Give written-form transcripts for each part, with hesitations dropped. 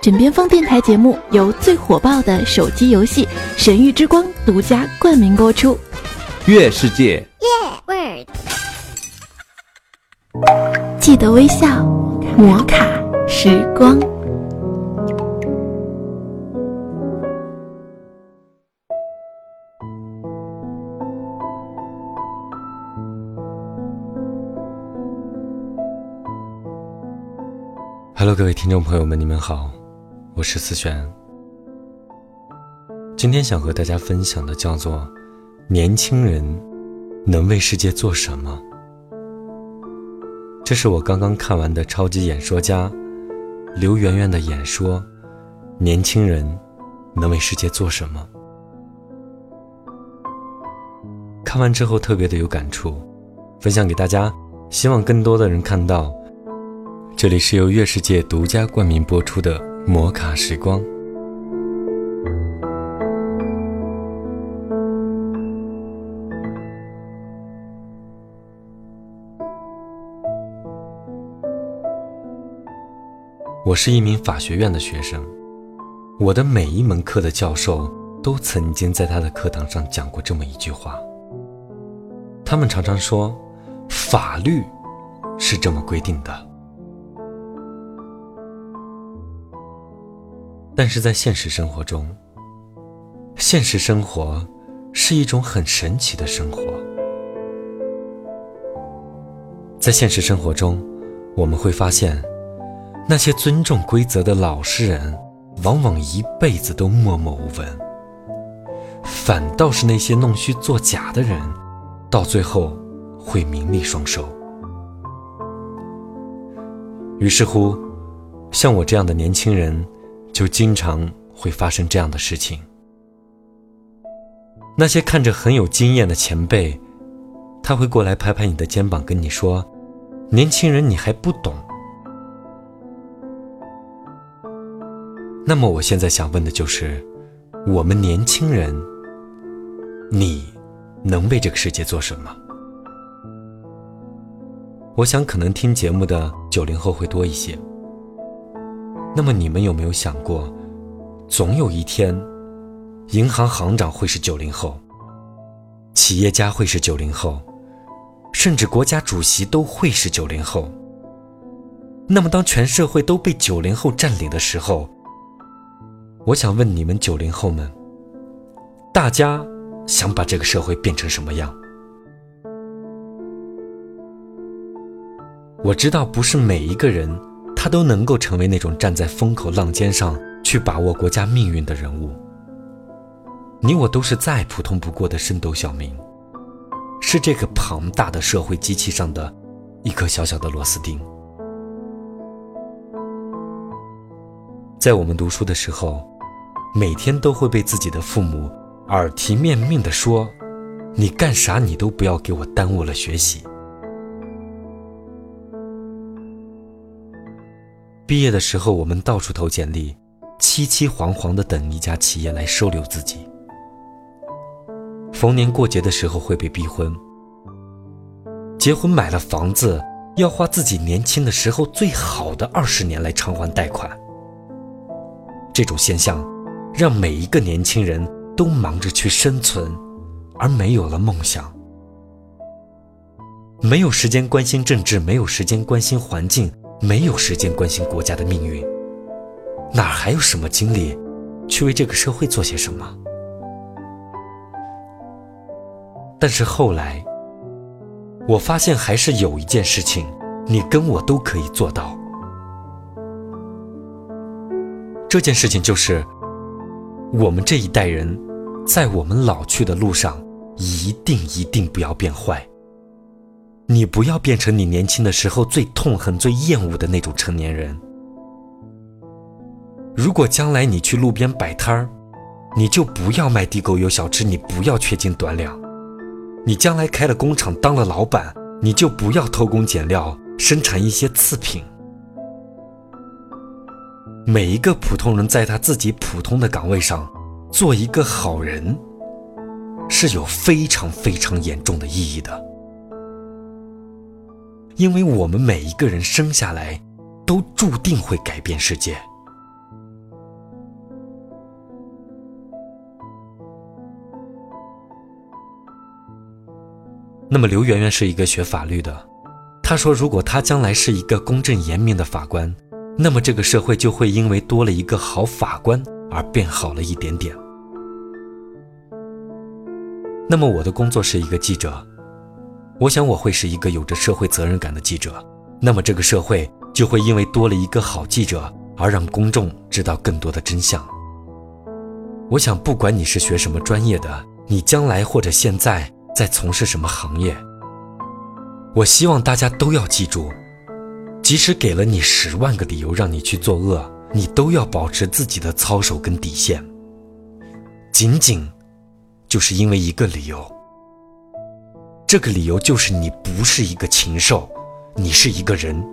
枕边风电台节目由最火爆的手机游戏《神域之光》独家冠名播出。 月世界， 记得微笑，摩卡时光。 Hello， 各位听众朋友们，你们好，我是思璇。今天想和大家分享的叫做年轻人能为世界做什么。这是我刚刚看完的超级演说家刘媛媛的演说，年轻人能为世界做什么。看完之后特别的有感触，分享给大家，希望更多的人看到。这里是由月世界独家冠名播出的摩卡时光。我是一名法学院的学生，我的每一门课的教授都曾经在他的课堂上讲过这么一句话。他们常常说，法律是这么规定的。但是在现实生活中，现实生活是一种很神奇的生活。在现实生活中，我们会发现，那些尊重规则的老实人，往往一辈子都默默无闻，反倒是那些弄虚作假的人，到最后会名利双收。于是乎，像我这样的年轻人，就经常会发生这样的事情。那些看着很有经验的前辈，他会过来拍拍你的肩膀，跟你说，年轻人你还不懂。那么我现在想问的就是，我们年轻人，你能为这个世界做什么？我想可能听节目的90后会多一些。那么你们有没有想过，总有一天，银行行长会是90后，企业家会是90后，甚至国家主席都会是90后。那么当全社会都被90后占领的时候，我想问你们90后们，大家想把这个社会变成什么样？我知道不是每一个人他都能够成为那种站在风口浪尖上去把握国家命运的人物。你我都是再普通不过的升斗小民，是这个庞大的社会机器上的一颗小小的螺丝钉。在我们读书的时候，每天都会被自己的父母耳提面命地说，你干啥你都不要给我耽误了学习。毕业的时候，我们到处投简历，凄凄惶惶地等一家企业来收留自己。逢年过节的时候会被逼婚，结婚买了房子，要花自己年轻的时候最好的20年来偿还贷款。这种现象让每一个年轻人都忙着去生存，而没有了梦想。没有时间关心政治，没有时间关心环境，没有时间关心国家的命运，哪还有什么精力去为这个社会做些什么？但是后来，我发现还是有一件事情，你跟我都可以做到。这件事情就是，我们这一代人，在我们老去的路上，一定不要变坏。你不要变成你年轻的时候最痛恨、最厌恶的那种成年人。如果将来你去路边摆摊儿，你就不要卖地沟油小吃，你不要缺斤短两。你将来开了工厂当了老板，你就不要偷工减料，生产一些次品。每一个普通人在他自己普通的岗位上做一个好人，是有非常严重的意义的。因为我们每一个人生下来都注定会改变世界， 那么刘媛媛是一个学法律的，她说如果她将来是一个公正严明的法官，那么这个社会就会因为多了一个好法官而变好了一点点。那么我的工作是一个记者，我想我会是一个有着社会责任感的记者，那么这个社会就会因为多了一个好记者而让公众知道更多的真相。我想不管你是学什么专业的，你将来或者现在在从事什么行业，我希望大家都要记住，即使给了你10万个理由让你去作恶，你都要保持自己的操守跟底线，仅仅就是因为一个理由，这个理由就是你不是一个禽兽，你是一个人。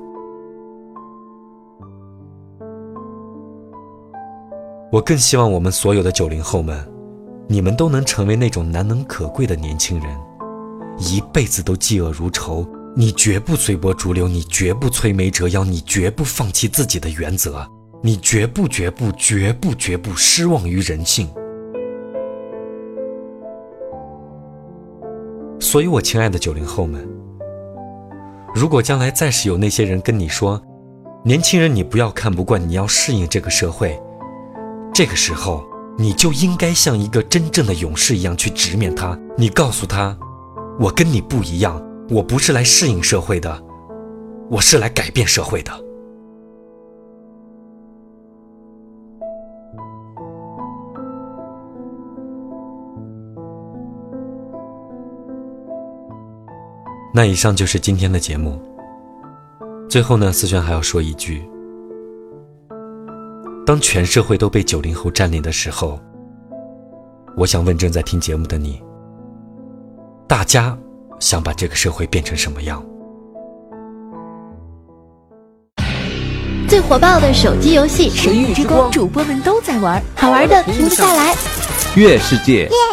我更希望我们所有的90后们，你们都能成为那种难能可贵的年轻人，一辈子都嫉恶如仇，你绝不随波逐流，你绝不摧眉折腰，你绝不放弃自己的原则，你绝不失望于人性。所以我亲爱的90后们，如果将来再是有那些人跟你说，年轻人你不要看不惯，你要适应这个社会，这个时候你就应该像一个真正的勇士一样去直面他，你告诉他，我跟你不一样，我不是来适应社会的，我是来改变社会的。那以上就是今天的节目。最后呢，思璇还要说一句，当全社会都被90后占领的时候，我想问正在听节目的你，大家想把这个社会变成什么样？ 最火爆的手机游戏《 神域之光》，主播们都在玩， 好玩的停不下来。 月世界。